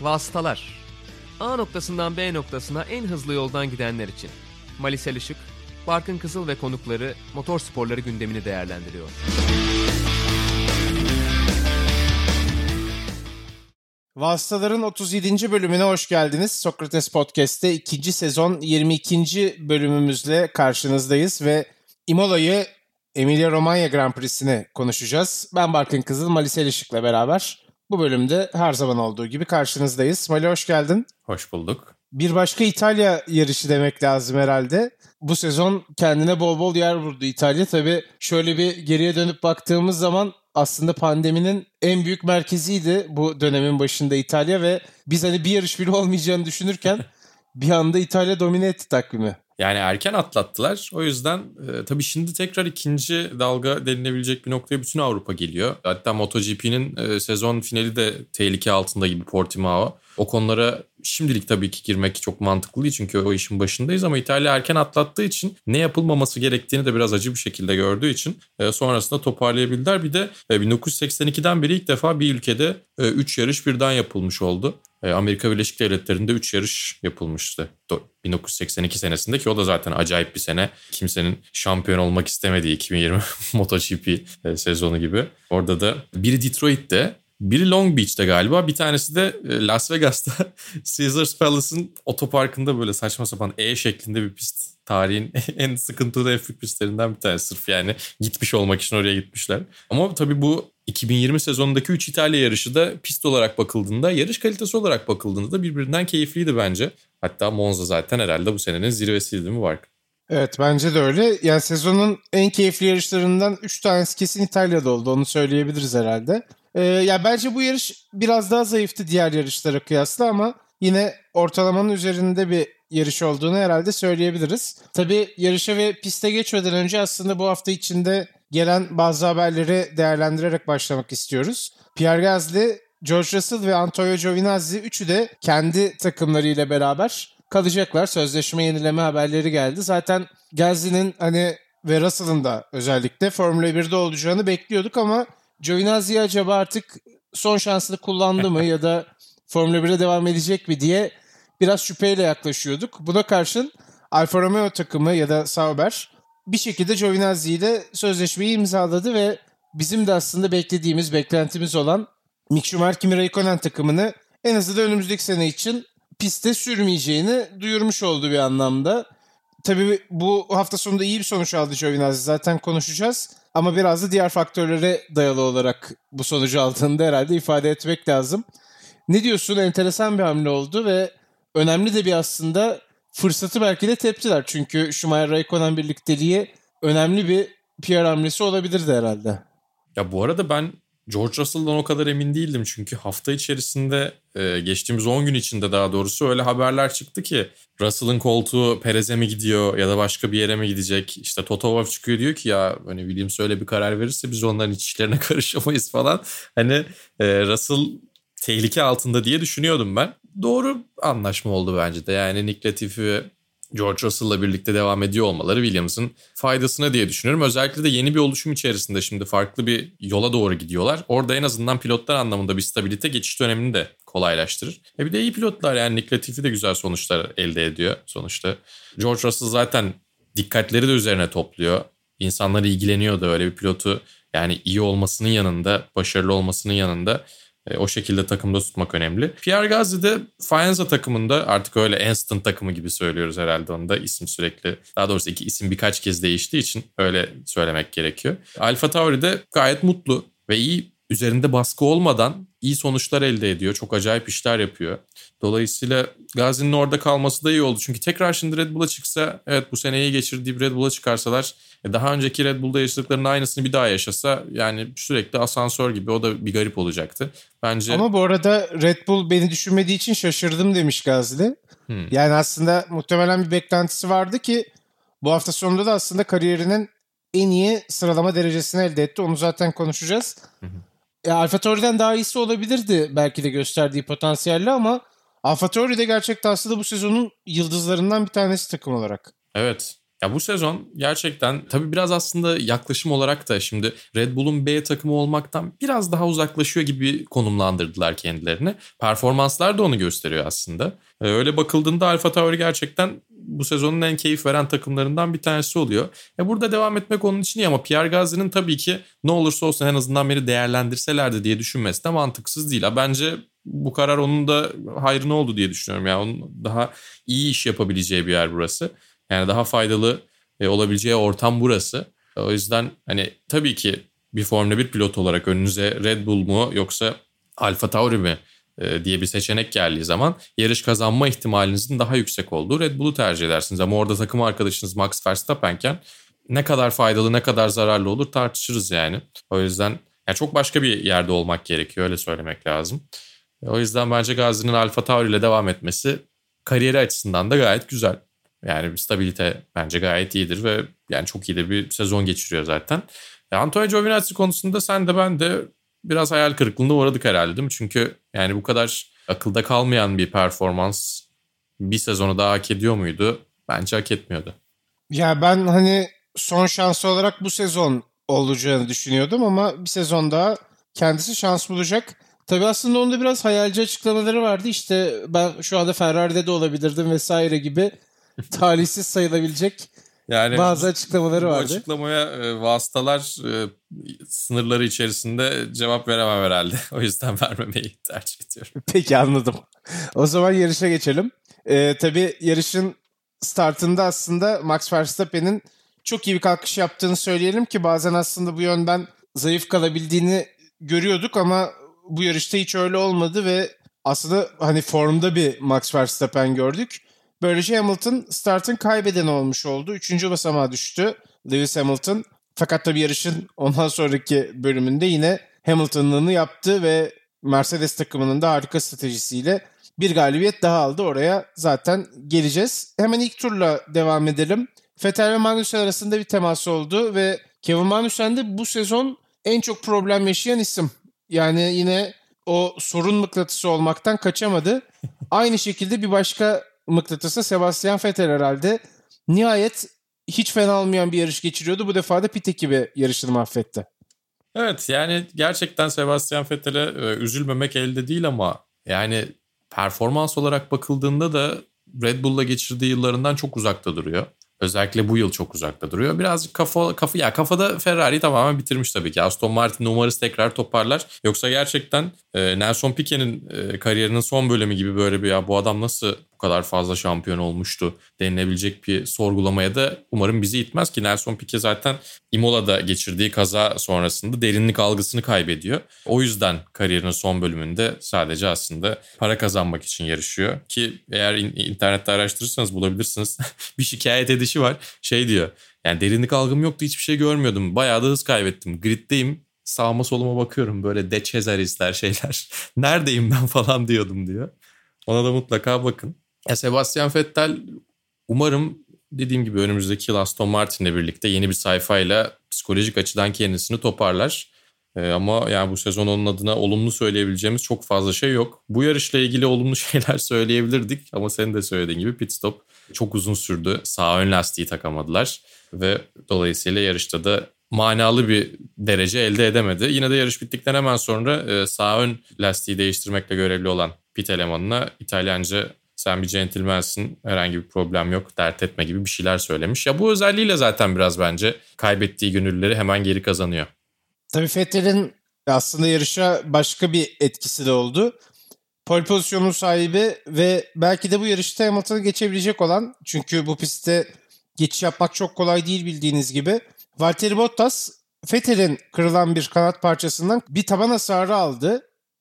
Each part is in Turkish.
Vasıtalar. A noktasından B noktasına en hızlı yoldan gidenler için. Malisel Işık, Barkın Kızıl ve konukları motor sporları gündemini değerlendiriyor. Vasıtaların 37. bölümüne hoş geldiniz. Sokrates Podcast'te 2. sezon 22. bölümümüzle karşınızdayız ve Imola'yı, Emilia-Romagna Grand Prix'sini konuşacağız. Ben Barkın Kızıl, Malisel Işık'la beraber bu bölümde her zaman olduğu gibi karşınızdayız. Mali hoş geldin. Hoş bulduk. Bir başka İtalya yarışı demek lazım herhalde. Bu sezon kendine bol bol yer vurdu İtalya. Tabii şöyle bir geriye dönüp baktığımız zaman aslında pandeminin en büyük merkeziydi bu dönemin başında İtalya ve biz hani bir yarış bile olmayacağını düşünürken bir anda İtalya domine etti takvimi. Yani erken atlattılar. O yüzden tabii şimdi tekrar ikinci dalga denilebilecek bir noktaya bütün Avrupa geliyor. Hatta MotoGP'nin sezon finali de tehlike altında gibi Portimao. O konulara şimdilik tabii ki girmek çok mantıklı değil çünkü o işin başındayız ama İtalya erken atlattığı için ne yapılmaması gerektiğini de biraz acı bir şekilde gördüğü için sonrasında toparlayabildiler. Bir de 1982'den beri ilk defa bir ülkede 3 yarış birden yapılmış oldu. Amerika Birleşik Devletleri'nde 3 yarış yapılmıştı 1982 senesinde ki o da zaten acayip bir sene. Kimsenin şampiyon olmak istemediği 2020 MotoGP sezonu gibi. Orada da biri Detroit'te, biri Long Beach'te galiba. Bir tanesi de Las Vegas'ta Caesars Palace'ın otoparkında böyle saçma sapan E şeklinde bir pist. Tarihin en sıkıntılı F1 pistlerinden bir tanesi. Sırf yani gitmiş olmak için oraya gitmişler. Ama tabii bu 2020 sezonundaki 3 İtalya yarışı da pist olarak bakıldığında, yarış kalitesi olarak bakıldığında da birbirinden keyifliydi bence. Hatta Monza zaten herhalde bu senenin zirvesiydi değil mi Bark? Evet bence de öyle. Yani sezonun en keyifli yarışlarından 3 tanesi kesin İtalya'da oldu. Onu söyleyebiliriz herhalde. Ya bence bu yarış biraz daha zayıftı diğer yarışlara kıyasla ama yine ortalamanın üzerinde bir yarış olduğunu herhalde söyleyebiliriz. Tabii yarışa ve piste geçmeden önce aslında bu hafta içinde gelen bazı haberleri değerlendirerek başlamak istiyoruz. Pierre Gasly, George Russell ve Antonio Giovinazzi üçü de kendi takımlarıyla beraber kalacaklar. Sözleşme yenileme haberleri geldi. Zaten Gasly'nin ve Russell'ın da özellikle Formula 1'de olacağını bekliyorduk ama Giovinazzi acaba artık son şansını kullandı mı ya da Formula 1'e devam edecek mi diye biraz şüpheyle yaklaşıyorduk. Buna karşın Alfa Romeo takımı ya da Sauber bir şekilde Giovinazzi ile sözleşmeyi imzaladı ve bizim de aslında beklentimiz olan Mick Schumacher, Kimi Räikkönen takımını en azından önümüzdeki sene için piste sürmeyeceğini duyurmuş oldu bir anlamda. Tabii bu hafta sonunda iyi bir sonuç aldı Giovinazzi. Zaten konuşacağız. Ama biraz da diğer faktörlere dayalı olarak bu sonucu aldığını da herhalde ifade etmek lazım. Ne diyorsun? Enteresan bir hamle oldu ve önemli de bir aslında fırsatı belki de teptiler. Çünkü Schumacher-Räikkönen birlikteliği önemli bir PR hamlesi olabilirdi herhalde. Ya bu arada ben George Russell'dan o kadar emin değildim. Çünkü hafta içerisinde geçtiğimiz 10 gün içinde daha doğrusu öyle haberler çıktı ki Russell'ın koltuğu Perez'e mi gidiyor ya da başka bir yere mi gidecek? İşte Toto Wolff çıkıyor diyor ki ya Williams öyle bir karar verirse biz onların iç işlerine karışamayız falan. Russell tehlike altında diye düşünüyordum ben. Doğru anlaşma oldu bence de. Yani Nick Latifi ve George Russell'la birlikte devam ediyor olmaları Williams'ın faydasına diye düşünüyorum. Özellikle de yeni bir oluşum içerisinde şimdi farklı bir yola doğru gidiyorlar. Orada en azından pilotlar anlamında bir stabilite geçiş dönemini de kolaylaştırır. Bir de iyi pilotlar yani Nick Latifi de güzel sonuçlar elde ediyor sonuçta. George Russell zaten dikkatleri de üzerine topluyor. İnsanlar ilgileniyor da öyle bir pilotu yani iyi olmasının yanında, başarılı olmasının yanında o şekilde takımda tutmak önemli. Pierre Gasly de Faenza takımında artık öyle Aston takımı gibi söylüyoruz herhalde onu da isim sürekli. Daha doğrusu isim birkaç kez değiştiği için öyle söylemek gerekiyor. Alfa Tauri de gayet mutlu ve iyi üzerinde baskı olmadan iyi sonuçlar elde ediyor. Çok acayip işler yapıyor. Dolayısıyla Gasly'nin orada kalması da iyi oldu. Çünkü tekrar şimdi Red Bull'a çıksa evet bu seneyi geçirdiği Red Bull'a çıkarsalar daha önceki Red Bull'da yaşadıklarının aynısını bir daha yaşasa yani sürekli asansör gibi o da bir garip olacaktı. Bence. Ama bu arada Red Bull beni düşünmediği için şaşırdım demiş Gasly. Yani aslında muhtemelen bir beklentisi vardı ki bu hafta sonunda da aslında kariyerinin en iyi sıralama derecesini elde etti. Onu zaten konuşacağız. Alfa Tauri'den daha iyisi olabilirdi belki de gösterdiği potansiyelle ama Alfa Tauri de gerçekten aslında bu sezonun yıldızlarından bir tanesi takım olarak. Evet. Ya bu sezon gerçekten tabii biraz aslında yaklaşım olarak da şimdi Red Bull'un B takımı olmaktan biraz daha uzaklaşıyor gibi konumlandırdılar kendilerini. Performanslar da onu gösteriyor aslında. Öyle bakıldığında AlphaTauri gerçekten bu sezonun en keyif veren takımlarından bir tanesi oluyor. Burada devam etmek onun için iyi ama Pierre Gasly'nin tabii ki ne olursa olsun en azından beni değerlendirselerdi diye düşünmesi de mantıksız değil. Bence bu karar onun da hayrına oldu diye düşünüyorum. Yani onun daha iyi iş yapabileceği bir yer burası. Yani daha faydalı olabileceği ortam burası. O yüzden hani tabii ki bir Formula 1 pilot olarak önünüze Red Bull mu yoksa AlphaTauri mi diye bir seçenek geldiği zaman yarış kazanma ihtimalinizin daha yüksek olduğu Red Bull'u tercih edersiniz. Ama orada takım arkadaşınız Max Verstappen'ken ne kadar faydalı ne kadar zararlı olur tartışırız yani. O yüzden yani çok başka bir yerde olmak gerekiyor, öyle söylemek lazım. O yüzden bence Gasly'nin AlphaTauri ile devam etmesi kariyeri açısından da gayet güzel. Yani stabilite bence gayet iyidir ve yani çok iyi de bir sezon geçiriyor zaten. Antonio Giovinazzi konusunda sen de ben de biraz hayal kırıklığına uğradık herhalde, değil mi? Çünkü yani bu kadar akılda kalmayan bir performans bir sezonu daha hak ediyor muydu? Bence hak etmiyordu. Ya ben hani son şansı olarak bu sezon olacağını düşünüyordum ama bir sezon daha kendisi şans bulacak. Tabii aslında onda biraz hayalci açıklamaları vardı. İşte ben şu anda Ferrari'de de olabilirdim vesaire gibi talihsiz sayılabilecek Yani bazı açıklamaları vardı. Bu açıklamaya vasıtalar sınırları içerisinde cevap veremem herhalde. O yüzden vermemeyi tercih ediyorum. Peki, anladım. O zaman yarışa geçelim. Tabii yarışın startında aslında Max Verstappen'in çok iyi bir kalkış yaptığını söyleyelim ki bazen aslında bu yönden zayıf kalabildiğini görüyorduk ama bu yarışta hiç öyle olmadı ve aslında hani formda bir Max Verstappen gördük. Böylece Hamilton startın kaybedeni olmuş oldu. 3. basamağa düştü Lewis Hamilton. Fakat tabii yarışın ondan sonraki bölümünde yine Hamilton'lığını yaptı ve Mercedes takımının da harika stratejisiyle bir galibiyet daha aldı. Oraya zaten geleceğiz. Hemen ilk turla devam edelim. Vettel ve Magnussen arasında bir temas oldu ve Kevin Magnussen de bu sezon en çok problem yaşayan isim. Yani yine o sorun mıknatısı olmaktan kaçamadı. Aynı şekilde bir başka mıknatısı Sebastian Vettel herhalde. Nihayet hiç fena olmayan bir yarış geçiriyordu. Bu defa da pit ekibi yarışını mahvetti. Evet, yani gerçekten Sebastian Vettel'e üzülmemek elde değil ama yani performans olarak bakıldığında da Red Bull'la geçirdiği yıllarından çok uzakta duruyor. Özellikle bu yıl çok uzakta duruyor. Birazcık kafada Ferrari tamamen bitirmiş tabii ki. Aston Martin umarız tekrar toparlar. Yoksa gerçekten Nelson Piquet'in kariyerinin son bölümü gibi böyle bir ya bu adam nasıl bu kadar fazla şampiyon olmuştu denilebilecek bir sorgulamaya da umarım bizi itmez ki Nelson Piquet zaten Imola'da geçirdiği kaza sonrasında derinlik algısını kaybediyor. O yüzden kariyerinin son bölümünde sadece aslında para kazanmak için yarışıyor ki eğer internette araştırırsanız bulabilirsiniz. Bir şikayet edişi var. Şey diyor. Yani derinlik algım yoktu, hiçbir şey görmüyordum. Bayağı da hız kaybettim. Griddeyim. Sağıma soluma bakıyorum böyle De Cesaris'ler şeyler. Neredeyim ben falan diyordum diyor. Ona da mutlaka bakın. Sebastian Vettel umarım dediğim gibi önümüzdeki yıl Aston Martin'le birlikte yeni bir sayfayla psikolojik açıdan kendisini toparlar. Ama yani bu sezon onun adına olumlu söyleyebileceğimiz çok fazla şey yok. Bu yarışla ilgili olumlu şeyler söyleyebilirdik ama senin de söylediğin gibi pit stop çok uzun sürdü. Sağ ön lastiği takamadılar ve dolayısıyla yarışta da manalı bir derece elde edemedi. Yine de yarış bittikten hemen sonra sağ ön lastiği değiştirmekle görevli olan pit elemanına İtalyanca sen bir centilmensin, herhangi bir problem yok, dert etme gibi bir şeyler söylemiş. Ya bu özelliğiyle zaten biraz bence kaybettiği gönülleri hemen geri kazanıyor. Tabii Vettel'in aslında yarışa başka bir etkisi de oldu. Pole pozisyonun sahibi ve belki de bu yarışta Hamilton'ı geçebilecek olan, çünkü bu pistte geçiş yapmak çok kolay değil bildiğiniz gibi. Valtteri Bottas, Vettel'in kırılan bir kanat parçasından bir taban hasarı aldı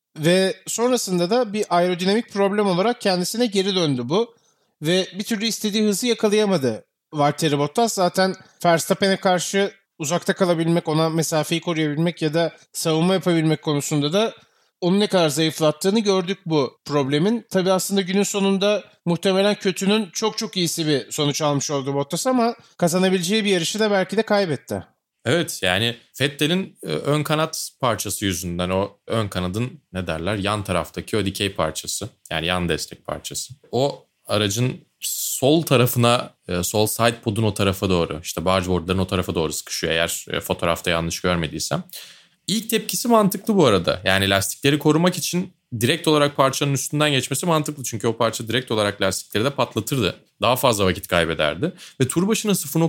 ve sonrasında da bir aerodinamik problem olarak kendisine geri döndü bu. Ve bir türlü istediği hızı yakalayamadı Valtteri Bottas. Zaten Verstappen'e karşı uzakta kalabilmek, ona mesafeyi koruyabilmek ya da savunma yapabilmek konusunda da onu ne kadar zayıflattığını gördük bu problemin. Tabii aslında günün sonunda muhtemelen kötünün çok çok iyisi bir sonuç almış oldu Bottas ama kazanabileceği bir yarışı da belki de kaybetti. Evet, yani Vettel'in ön kanat parçası yüzünden o ön kanadın yan taraftaki o dikey parçası, yani yan destek parçası. O aracın sol tarafına, sol side pod'un o tarafa doğru, işte bargeboard'ların o tarafa doğru sıkışıyor eğer fotoğrafta yanlış görmediysem. İlk tepkisi mantıklı bu arada. Yani lastikleri korumak için direkt olarak parçanın üstünden geçmesi mantıklı. Çünkü o parça direkt olarak lastikleri de patlatırdı. Daha fazla vakit kaybederdi. Ve tur başına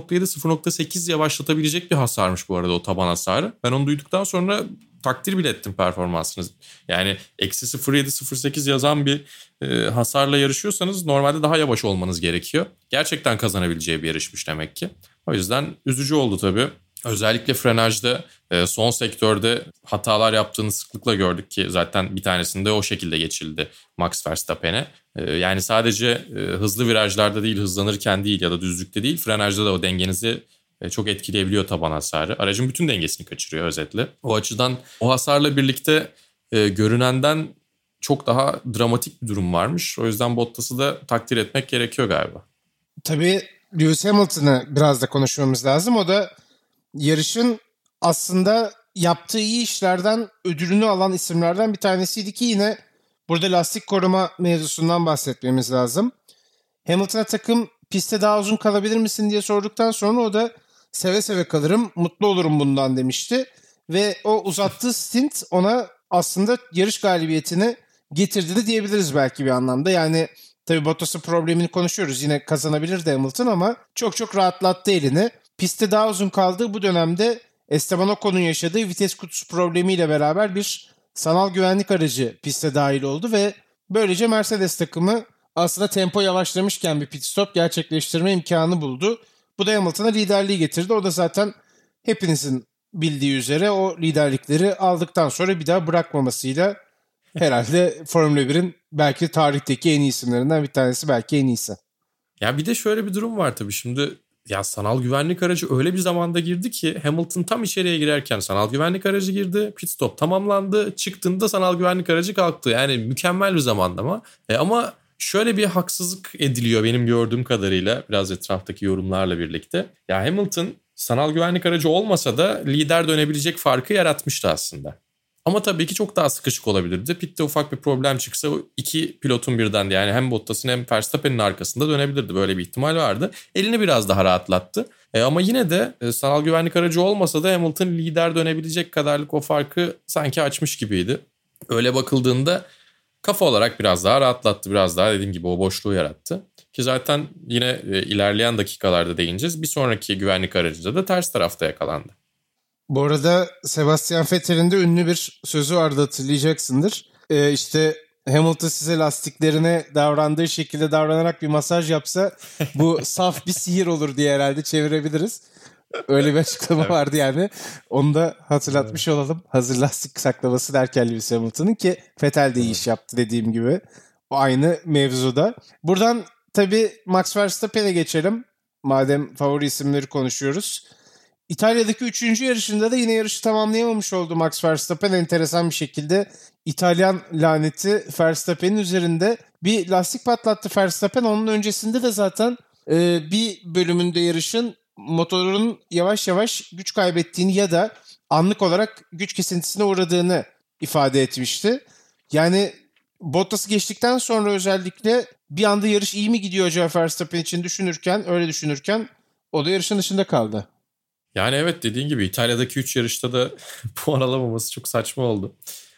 0.7-0.8 yavaşlatabilecek bir hasarmış bu arada o taban hasarı. Ben onu duyduktan sonra takdir bile ettim performansınız. Yani eksi 0.7-0.8 yazan bir hasarla yarışıyorsanız normalde daha yavaş olmanız gerekiyor. Gerçekten kazanabileceği bir yarışmış demek ki. O yüzden üzücü oldu tabii. Özellikle frenajda son sektörde hatalar yaptığını sıklıkla gördük ki zaten bir tanesinde o şekilde geçildi Max Verstappen'e. Yani sadece hızlı virajlarda değil, hızlanırken değil ya da düzlükte değil, frenajda da o dengenizi çok etkileyebiliyor taban hasarı. Aracın bütün dengesini kaçırıyor özetle. O açıdan o hasarla birlikte görünenden çok daha dramatik bir durum varmış. O yüzden Bottas'ı da takdir etmek gerekiyor galiba. Tabii Lewis Hamilton'ı biraz da konuşmamız lazım. O da yarışın aslında yaptığı iyi işlerden ödülünü alan isimlerden bir tanesiydi ki yine burada lastik koruma mevzusundan bahsetmemiz lazım. Hamilton'a takım pistte daha uzun kalabilir misin diye sorduktan sonra o da seve seve kalırım, mutlu olurum bundan demişti. Ve o uzattığı stint ona aslında yarış galibiyetini getirdi de diyebiliriz belki bir anlamda. Yani tabii Bottas'ın problemini konuşuyoruz. Yine kazanabilirdi Hamilton ama çok çok rahatlattı elini. Pistte daha uzun kaldığı bu dönemde Esteban Ocon'un yaşadığı vites kutusu problemiyle beraber bir sanal güvenlik aracı piste dahil oldu ve böylece Mercedes takımı aslında tempo yavaşlamışken bir pit stop gerçekleştirme imkanı buldu. Bu da Hamilton'a liderliği getirdi. O da zaten hepinizin bildiği üzere o liderlikleri aldıktan sonra bir daha bırakmamasıyla herhalde Formula 1'in belki tarihteki en iyi isimlerinden bir tanesi, belki en iyisi. Ya bir de şöyle bir durum var tabii şimdi. Ya sanal güvenlik aracı öyle bir zamanda girdi ki Hamilton tam içeriye girerken sanal güvenlik aracı girdi. Pit stop tamamlandı. Çıktığında sanal güvenlik aracı kalktı. Yani mükemmel bir zamanlama. Ama şöyle bir haksızlık ediliyor benim gördüğüm kadarıyla biraz etraftaki yorumlarla birlikte. Ya Hamilton sanal güvenlik aracı olmasa da lider dönebilecek farkı yaratmıştı aslında. Ama tabii ki çok daha sıkışık olabilirdi. Pit'te ufak bir problem çıksa iki pilotun birden yani hem Bottas'ın hem Verstappen'in arkasında dönebilirdi. Böyle bir ihtimal vardı. Elini biraz daha rahatlattı. Ama yine de sanal güvenlik aracı olmasa da Hamilton lider dönebilecek kadarlık o farkı sanki açmış gibiydi. Öyle bakıldığında kafa olarak biraz daha rahatlattı. Biraz daha dediğim gibi o boşluğu yarattı. Ki zaten yine ilerleyen dakikalarda değineceğiz. Bir sonraki güvenlik aracında da ters tarafta yakalandı. Bu arada Sebastian Vettel'in de ünlü bir sözü vardı, hatırlayacaksındır. İşte Hamilton size lastiklerine davrandığı şekilde davranarak bir masaj yapsa bu saf bir sihir olur diye herhalde çevirebiliriz. Öyle bir açıklama vardı yani. Onu da hatırlatmış olalım. Hazır lastik saklaması derken Lewis Hamilton'ın ki Vettel de iyi iş yaptı dediğim gibi. O aynı mevzuda. Buradan tabii Max Verstappen'e geçelim. Madem favori isimleri konuşuyoruz. İtalya'daki 3. yarışında da yine yarışı tamamlayamamış oldu Max Verstappen. Enteresan bir şekilde İtalyan laneti Verstappen'in üzerinde bir lastik patlattı Verstappen. Onun öncesinde de zaten bir bölümünde yarışın motorun yavaş yavaş güç kaybettiğini ya da anlık olarak güç kesintisine uğradığını ifade etmişti. Yani Bottas'ı geçtikten sonra özellikle bir anda yarış iyi mi gidiyor acaba Verstappen için öyle düşünürken o da yarışın dışında kaldı. Yani evet dediğin gibi İtalya'daki 3 yarışta da puan alamaması çok saçma oldu.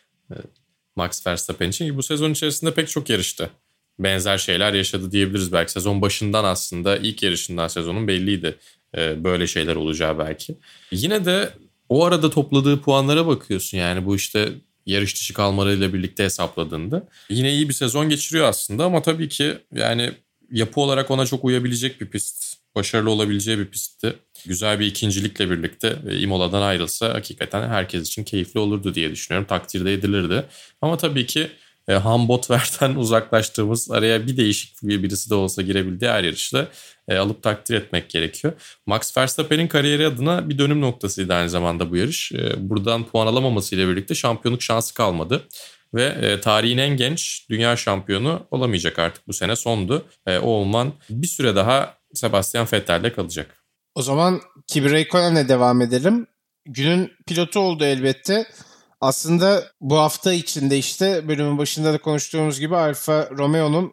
Max Verstappen için. Bu sezon içerisinde pek çok yarıştı. Benzer şeyler yaşadı diyebiliriz belki. Sezon başından aslında ilk yarışından sezonun belliydi. Böyle şeyler olacağı belki. Yine de o arada topladığı puanlara bakıyorsun. Yani bu işte yarış dışı kalmalarıyla birlikte hesapladığında. Yine iyi bir sezon geçiriyor aslında ama tabii ki yani yapı olarak ona çok uyabilecek bir pist. Başarılı olabileceği bir pistti. Güzel bir ikincilikle birlikte Imola'dan ayrılsa hakikaten herkes için keyifli olurdu diye düşünüyorum. Takdir de edilirdi. Ama tabii ki Hambotver'den uzaklaştığımız araya bir değişik birisi de olsa girebildiği her yarışta alıp takdir etmek gerekiyor. Max Verstappen'in kariyeri adına bir dönüm noktasıydı aynı zamanda bu yarış. Buradan puan alamamasıyla birlikte şampiyonluk şansı kalmadı. Ve tarihin en genç dünya şampiyonu olamayacak artık bu sene sondu. O olman bir süre daha Sebastian Vettel'de kalacak. O zaman Kimi Räikkönen'le devam edelim. Günün pilotu oldu elbette. Aslında bu hafta içinde işte bölümün başında da konuştuğumuz gibi Alfa Romeo'nun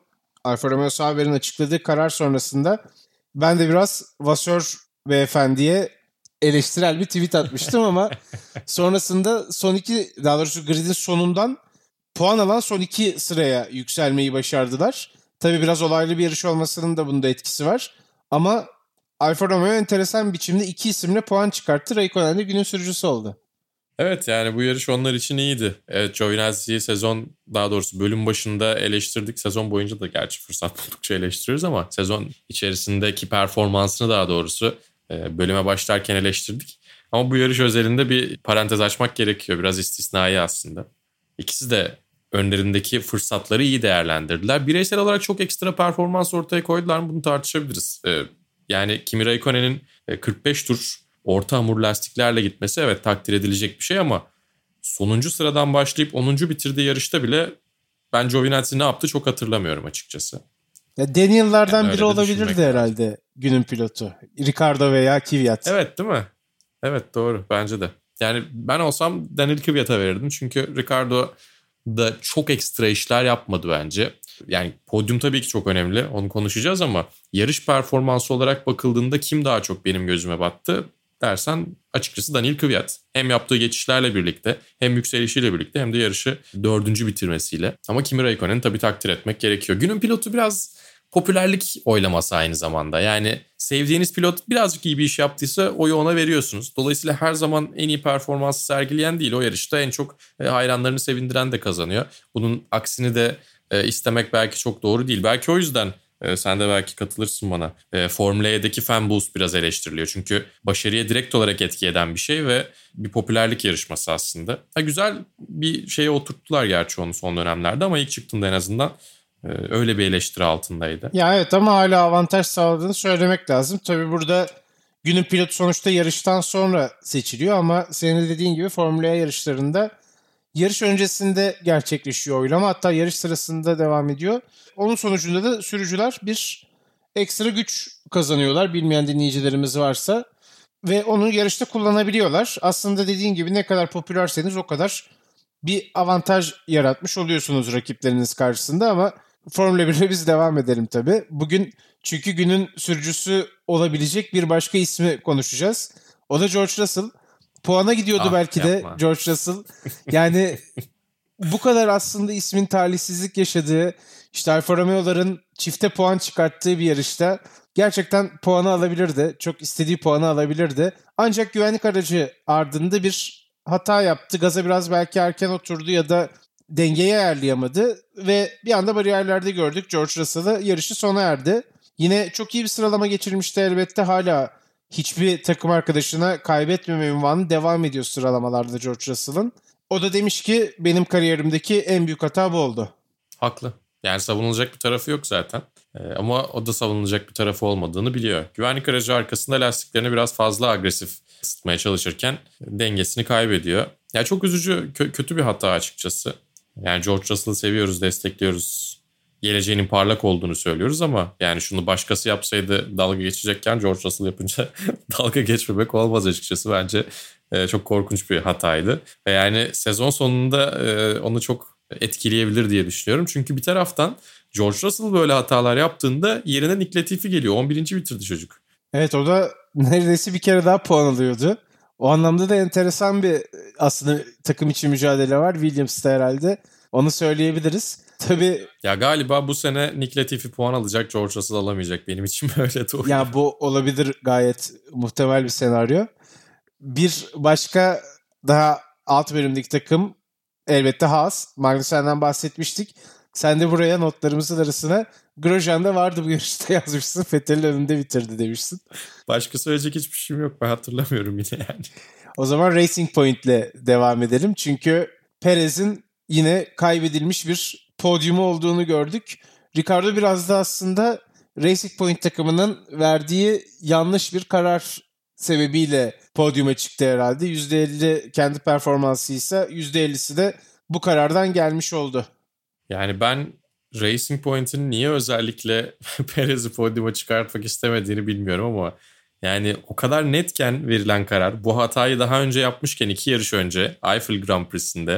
Alfa Romeo Sauber'in açıkladığı karar sonrasında ben de biraz Vasseur beyefendiye eleştirel bir tweet atmıştım ama sonrasında daha doğrusu gridin sonundan puan alan son 2 sıraya yükselmeyi başardılar. Tabii biraz olaylı bir yarış olmasının da bunda etkisi var. Ama Alfa Romeo enteresan bir biçimde 2 isimle puan çıkarttı. Raikkonen de günün sürücüsü oldu. Evet, yani bu yarış onlar için iyiydi. Evet, Giovinazzi'yi daha doğrusu bölüm başında eleştirdik. Sezon boyunca da gerçi fırsat buldukça eleştiriyoruz ama sezon içerisindeki performansını daha doğrusu bölüme başlarken eleştirdik. Ama bu yarış özelinde bir parantez açmak gerekiyor. Biraz istisnai aslında. İkisi de önlerindeki fırsatları iyi değerlendirdiler. Bireysel olarak çok ekstra performans ortaya koydular mı bunu tartışabiliriz. Yani Kimi Räikkönen'in 45 tur orta hamur lastiklerle gitmesi evet takdir edilecek bir şey ama sonuncu sıradan başlayıp 10. bitirdiği yarışta bile ben Giovinazzi ne yaptı çok hatırlamıyorum açıkçası. Ya Daniel'lardan Yani biri olabilirdi lazım herhalde günün pilotu. Ricardo veya Kvyat. Evet, değil mi? Evet, doğru bence de. Yani ben olsam Daniel Kvyat'a verirdim çünkü Ricardo da çok ekstra işler yapmadı bence. Yani podyum tabii ki çok önemli, onu konuşacağız ama yarış performansı olarak bakıldığında kim daha çok benim gözüme battı dersen açıkçası Daniel Kvyat. Hem yaptığı geçişlerle birlikte hem yükselişiyle birlikte hem de yarışı 4. bitirmesiyle. Ama Kimi Räikkönen'i tabii takdir etmek gerekiyor. Günün pilotu biraz popülerlik oylaması aynı zamanda. Yani sevdiğiniz pilot birazcık iyi bir iş yaptıysa oyu ona veriyorsunuz. Dolayısıyla her zaman en iyi performansı sergileyen değil, o yarışta en çok hayranlarını sevindiren de kazanıyor. Bunun aksini de istemek belki çok doğru değil. Belki o yüzden sen de belki katılırsın bana. Formula E'deki fan boost biraz eleştiriliyor. Çünkü başarıya direkt olarak etki eden bir şey ve bir popülerlik yarışması aslında. Güzel bir şeye oturttular gerçi onu son dönemlerde ama ilk çıktığında en azından öyle bir eleştiri altındaydı. Ya evet ama hala avantaj sağladığını söylemek lazım. Tabii burada günün pilotu sonuçta yarıştan sonra seçiliyor ama senin dediğin gibi Formula E yarışlarında yarış öncesinde gerçekleşiyor oylama. Hatta yarış sırasında devam ediyor. Onun sonucunda da sürücüler bir ekstra güç kazanıyorlar. Bilmeyen dinleyicilerimiz varsa. Ve onu yarışta kullanabiliyorlar. Aslında dediğin gibi ne kadar popülerseniz o kadar bir avantaj yaratmış oluyorsunuz rakipleriniz karşısında ama Formula 1'e biz devam edelim tabii. Bugün çünkü günün sürücüsü olabilecek bir başka ismi konuşacağız. O da George Russell. Puana gidiyordu belki de George Russell. Yani bu kadar aslında ismin talihsizlik yaşadığı, işte Alfa Romeo'ların çifte puan çıkarttığı bir yarışta gerçekten puanı alabilirdi. Çok istediği puanı alabilirdi. Ancak güvenlik aracı ardında bir hata yaptı. Gaza biraz belki erken oturdu ya da dengeyi ayarlayamadı. Ve bir anda bariyerlerde gördük George Russell'ı. Yarışı sona erdi. Yine çok iyi bir sıralama geçirmişti elbette. Hala hiçbir takım arkadaşına kaybetmeme ünvanı devam ediyor sıralamalarda George Russell'ın. O da demiş ki benim kariyerimdeki en büyük hata bu oldu. Haklı. Yani savunulacak bir tarafı yok zaten. Ama o da savunulacak bir tarafı olmadığını biliyor. Güvenlik aracı arkasında lastiklerini biraz fazla agresif ısıtmaya çalışırken dengesini kaybediyor. Ya çok üzücü, kötü bir hata açıkçası. Yani George Russell'ı seviyoruz, destekliyoruz. Geleceğinin parlak olduğunu söylüyoruz ama yani şunu başkası yapsaydı dalga geçecekken George Russell yapınca dalga geçmemek olmaz açıkçası. Bence çok korkunç bir hataydı. Ve yani sezon sonunda onu çok etkileyebilir diye düşünüyorum. Çünkü bir taraftan George Russell böyle hatalar yaptığında yerine Nick Latifi geliyor. 11. bitirdi çocuk. Evet, o da neredeyse bir kere daha puan alıyordu. O anlamda da enteresan bir aslında takım içi mücadele var Williams'ta herhalde. Onu söyleyebiliriz. Tabii ya galiba bu sene Nick Latifi puan alacak, George Russell alamayacak. Benim için böyle doğru. Ya bu olabilir, gayet muhtemel bir senaryo. Bir başka daha alt bölümdeki takım elbette Haas. Magnussen'den bahsetmiştik. Sen de buraya notlarımızın arasına Grosjean da vardı bu yarışta yazmışsın. Vettel'in önünde bitirdi demişsin. Başka söyleyecek hiçbir şeyim yok. Ben hatırlamıyorum yine yani. O zaman Racing Point'le devam edelim. Çünkü Perez'in yine kaybedilmiş bir podyumu olduğunu gördük. Ricardo biraz da aslında Racing Point takımının verdiği yanlış bir karar sebebiyle podyuma çıktı herhalde. %50 kendi performansıysa %50'si de bu karardan gelmiş oldu. Yani ben Racing Point'in niye özellikle Perez'i podyuma çıkartmak istemediğini bilmiyorum ama yani o kadar netken verilen karar, bu hatayı daha önce yapmışken 2 yarış önce Eiffel Grand Prix'sinde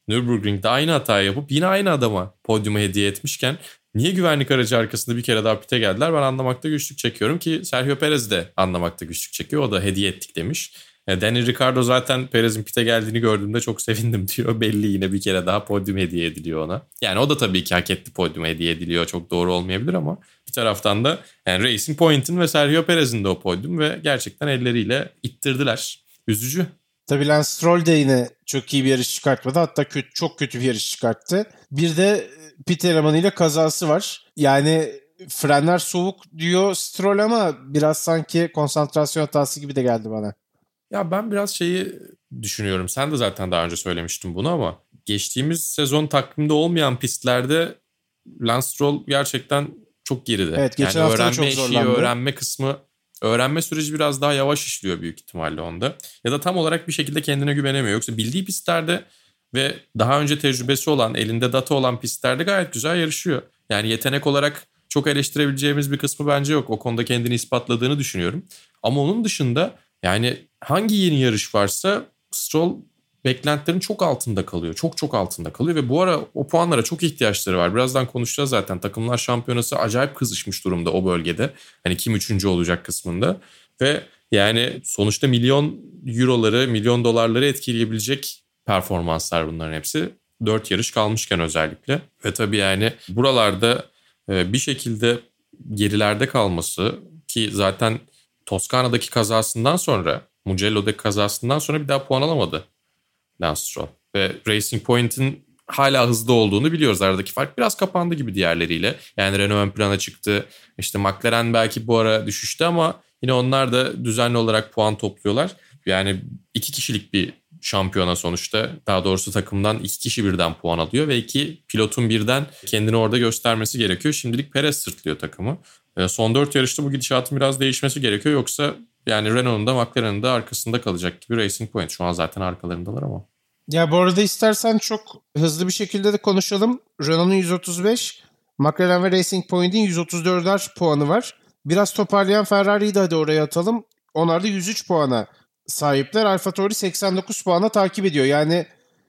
Nürburgring'de aynı hatayı yapıp yine aynı adama podyumu hediye etmişken niye güvenlik aracı arkasında bir kere daha pite geldiler ben anlamakta güçlük çekiyorum ki Sergio Perez de anlamakta güçlük çekiyor. O da hediye ettik demiş. Daniel Ricciardo zaten Perez'in pite geldiğini gördüğümde çok sevindim diyor. Belli yine bir kere daha podyum hediye ediliyor ona. Yani o da tabii ki hak etti podyum hediye ediliyor. Çok doğru olmayabilir ama bir taraftan da yani Racing Point'in ve Sergio Perez'in de o podyum ve gerçekten elleriyle ittirdiler. Üzücü. Tabii Lance Stroll de yine çok iyi bir yarış çıkartmadı. Hatta çok kötü bir yarış çıkarttı. Bir de pit elemanıyla kazası var. Yani frenler soğuk diyor Stroll ama biraz sanki konsantrasyon hatası gibi de geldi bana. Ya ben biraz şeyi düşünüyorum. Sen de zaten daha önce söylemiştin bunu ama geçtiğimiz sezon takvimde olmayan pistlerde Lance Stroll gerçekten çok geride. Evet, geçen yani hafta öğrenme çok eşiği, zorlandı. öğrenme kısmı, öğrenme süreci biraz daha yavaş işliyor büyük ihtimalle onda. Ya da tam olarak bir şekilde kendine güvenemiyor. Yoksa bildiği pistlerde ve daha önce tecrübesi olan, elinde data olan pistlerde gayet güzel yarışıyor. Yani yetenek olarak çok eleştirebileceğimiz bir kısmı bence yok. O konuda kendini ispatladığını düşünüyorum. Ama onun dışında yani hangi yeni yarış varsa Stroll beklentilerin çok altında kalıyor. Çok altında kalıyor ve bu ara o puanlara çok ihtiyaçları var. Birazdan konuşacağız zaten. Takımlar şampiyonası acayip kızışmış durumda o bölgede. Hani kim üçüncü olacak kısmında. Ve yani sonuçta milyon euroları, milyon dolarları etkileyebilecek performanslar bunların hepsi. 4 yarış kalmışken özellikle. Ve tabii yani buralarda bir şekilde gerilerde kalması ki zaten Toskana'daki kazasından sonra, Mugello'daki kazasından sonra bir daha puan alamadı Lance Stroll. Ve Racing Point'in hala hızlı olduğunu biliyoruz. Aradaki fark biraz kapandı gibi diğerleriyle. Yani Renault ön plana çıktı. İşte McLaren belki bu ara düşüştü ama yine onlar da düzenli olarak puan topluyorlar. Yani 2 kişilik bir şampiyona sonuçta. Daha doğrusu takımdan 2 kişi birden puan alıyor ve 2 pilotun birden kendini orada göstermesi gerekiyor. Şimdilik Perez sırtlıyor takımı. Son 4 yarışta bu gidişatın biraz değişmesi gerekiyor. Yoksa yani Renault'un da McLaren'ın da arkasında kalacak gibi Racing Point. Şu an zaten arkalarındalar ama. Ya bu arada istersen çok hızlı bir şekilde de konuşalım. Renault'un 135, McLaren ve Racing Point'in 134'er puanı var. Biraz toparlayan Ferrari'yi de hadi oraya atalım. Onlar da 103 puana sahipler. AlphaTauri 89 puana takip ediyor. Yani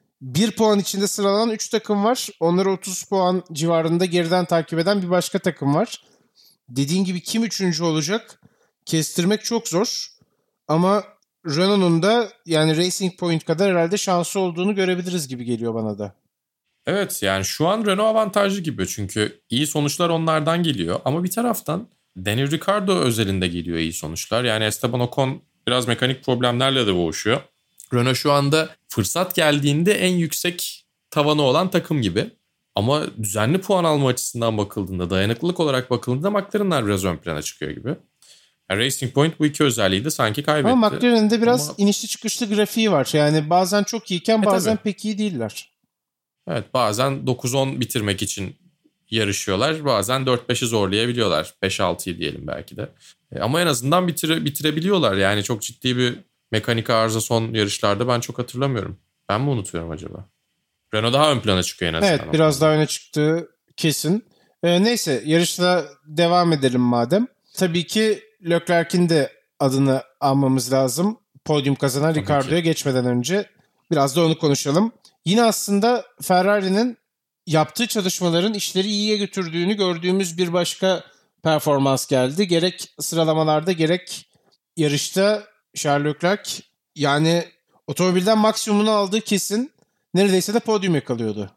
1 puan içinde sıralanan 3 takım var. Onları 30 puan civarında geriden takip eden bir başka takım var. Dediğin gibi kim 3. olacak? Kestirmek çok zor. Ama Renault'un da yani Racing Point kadar herhalde şansı olduğunu görebiliriz gibi geliyor bana da. Evet yani şu an Renault avantajlı gibi çünkü iyi sonuçlar onlardan geliyor. Ama bir taraftan Daniel Ricciardo özelinde geliyor iyi sonuçlar. Yani Esteban Ocon biraz mekanik problemlerle de boğuşuyor. Renault şu anda fırsat geldiğinde en yüksek tavanı olan takım gibi. Ama düzenli puan alma açısından bakıldığında, dayanıklılık olarak bakıldığında McLaren'lar biraz ön plana çıkıyor gibi. Yani Racing Point bu iki özelliği de sanki kaybetti. Ama McLaren'in de biraz inişli çıkışlı grafiği var. Yani bazen çok iyiyken bazen pek iyi değiller. Evet bazen 9-10 bitirmek için yarışıyorlar. Bazen 4-5'i zorlayabiliyorlar. 5-6'yı diyelim belki de. Ama en azından bitirebiliyorlar. Yani çok ciddi bir mekanik arıza son yarışlarda ben çok hatırlamıyorum. Ben mi unutuyorum acaba? Renault daha ön plana çıkıyor en azından. Evet biraz daha öne çıktığı kesin. Neyse yarışla devam edelim madem. Tabii ki Leclerc'in de adını almamız lazım. Podyum kazanan Ricciardo'ya geçmeden önce. Biraz da onu konuşalım. Yine aslında Ferrari'nin yaptığı çalışmaların işleri iyiye götürdüğünü gördüğümüz bir başka performans geldi. Gerek sıralamalarda gerek yarışta Charles Leclerc yani otomobilden maksimumunu aldığı kesin. Neredeyse de podyum yakalıyordu.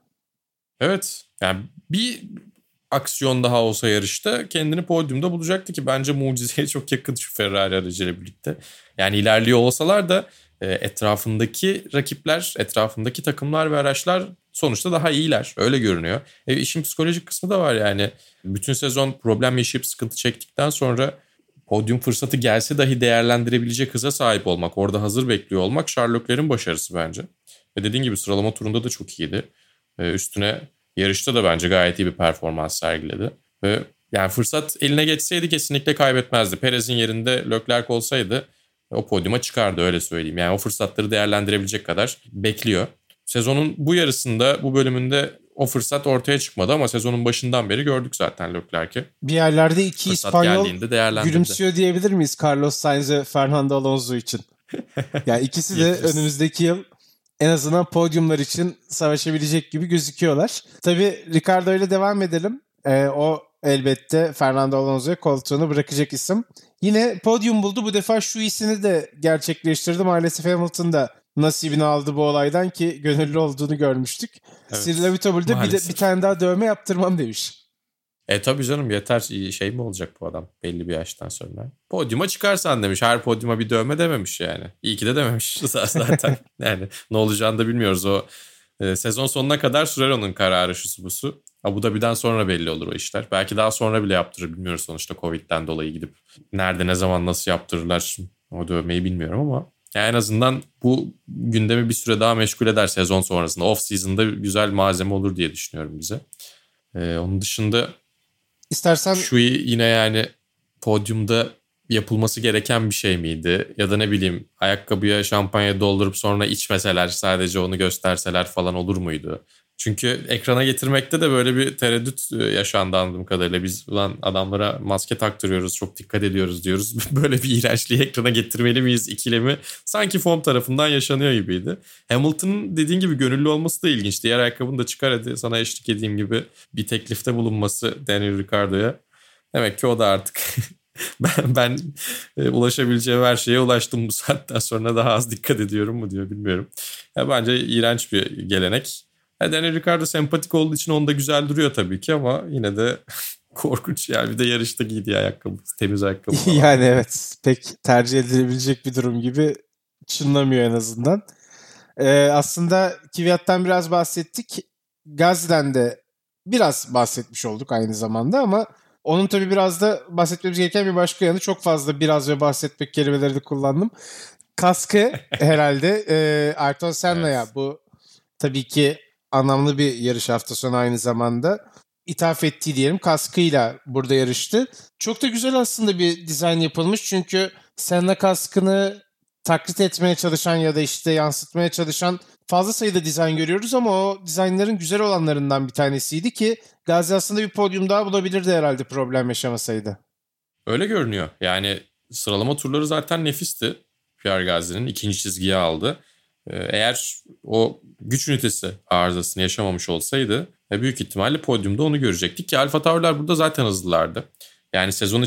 Evet. Yani bir aksiyon daha olsa yarışta kendini podyumda bulacaktı ki bence mucizeye çok yakın şu Ferrari aracıyla birlikte. Yani ilerliyor olsalar da etrafındaki rakipler, etrafındaki takımlar ve araçlar sonuçta daha iyiler. Öyle görünüyor. İşin psikolojik kısmı da var yani. Bütün sezon problem yaşayıp sıkıntı çektikten sonra podyum fırsatı gelse dahi değerlendirebilecek hıza sahip olmak, orada hazır bekliyor olmak Charles Leclerc'in başarısı bence. Ve dediğin gibi sıralama turunda da çok iyiydi. Üstüne yarışta da bence gayet iyi bir performans sergiledi. Ve yani fırsat eline geçseydi kesinlikle kaybetmezdi. Perez'in yerinde Leclerc olsaydı o podyuma çıkardı öyle söyleyeyim. Yani o fırsatları değerlendirebilecek kadar bekliyor. Sezonun bu yarısında, bu bölümünde o fırsat ortaya çıkmadı ama sezonun başından beri gördük zaten Leclerc'i. Bir yerlerde iki fırsat İspanyol gülümsüyor diyebilir miyiz Carlos Sainz ve Fernando Alonso için? Yani ikisi de önümüzdeki yıl en azından podyumlar için savaşabilecek gibi gözüküyorlar. Tabii Ricardo ile devam edelim. O elbette Fernando Alonso'ya koltuğunu bırakacak isim. Yine podyum buldu. Bu defa şu isini de gerçekleştirdi. Maalesef Hamilton da nasibini aldı bu olaydan ki gönüllü olduğunu görmüştük. Evet, Cyril Abiteboul da bir tane daha dövme yaptırmam demiş. Tabii canım, yeter, şey mi olacak bu adam belli bir yaştan sonra. Podyuma çıkarsan demiş. Her podyuma bir dövme dememiş yani. İyi ki de dememiş zaten. Yani ne olacağını da bilmiyoruz. O sezon sonuna kadar sürer onun kararı, şusu busu. Abu Dhabi'den sonra belli olur o işler. Belki daha sonra bile yaptırır, bilmiyoruz sonuçta Covid'den dolayı gidip nerede, ne zaman, nasıl yaptırırlar o dövmeyi bilmiyorum ama yani en azından bu gündemi bir süre daha meşgul eder sezon sonrasında. Off season'da güzel malzeme olur diye düşünüyorum bize. Onun dışında İstersen şu yine yani podyumda yapılması gereken bir şey miydi? Ya da ne bileyim, ayakkabıya şampanya doldurup sonra içmeseler, sadece onu gösterseler falan olur muydu? Çünkü ekrana getirmekte de böyle bir tereddüt yaşandı anladığım kadarıyla. Biz ulan adamlara maske taktırıyoruz, çok dikkat ediyoruz diyoruz. Böyle bir iğrençliği ekrana getirmeli miyiz ikilemi sanki FOM tarafından yaşanıyor gibiydi. Hamilton'ın dediğin gibi gönüllü olması da ilginç. Diğer ayakkabını da çıkar hadi sana eşlik edeyim gibi bir teklifte bulunması Daniel Ricciardo'ya. Demek ki o da artık ben ulaşabileceğim her şeye ulaştım, bu saatten sonra daha az dikkat ediyorum mu diyor, bilmiyorum. Bence iğrenç bir gelenek. Daniel Ricciardo sempatik olduğu için onda güzel duruyor tabii ki ama yine de korkunç yani. Bir de yarışta giydiği ayakkabı, temiz ayakkabı falan. Yani evet, pek tercih edilebilecek bir durum gibi çınlamıyor en azından. Aslında Kvyat'tan biraz bahsettik. Gasly'den de biraz bahsetmiş olduk aynı zamanda ama onun tabii biraz da bahsetmemiz gereken bir başka yanı, çok fazla biraz ve bahsetmek kelimelerini kullandım. Kaskı herhalde Ayrton Senna'ya Evet. bu tabii ki anlamlı bir yarış hafta sonu aynı zamanda ithaf ettiği diyelim kaskıyla burada yarıştı. Çok da güzel aslında bir dizayn yapılmış çünkü Senna kaskını taklit etmeye çalışan ya da işte yansıtmaya çalışan fazla sayıda dizayn görüyoruz ama o dizaynların güzel olanlarından bir tanesiydi ki Gazi aslında bir podyum daha bulabilirdi herhalde problem yaşamasaydı. Öyle görünüyor. Yani sıralama turları zaten nefisti. Pierre Gasly'nin ikinci çizgiye aldı. Eğer o güç ünitesi arızasını yaşamamış olsaydı büyük ihtimalle podyumda onu görecektik ki Alfa Tauri'ler burada zaten hızlılardı. Yani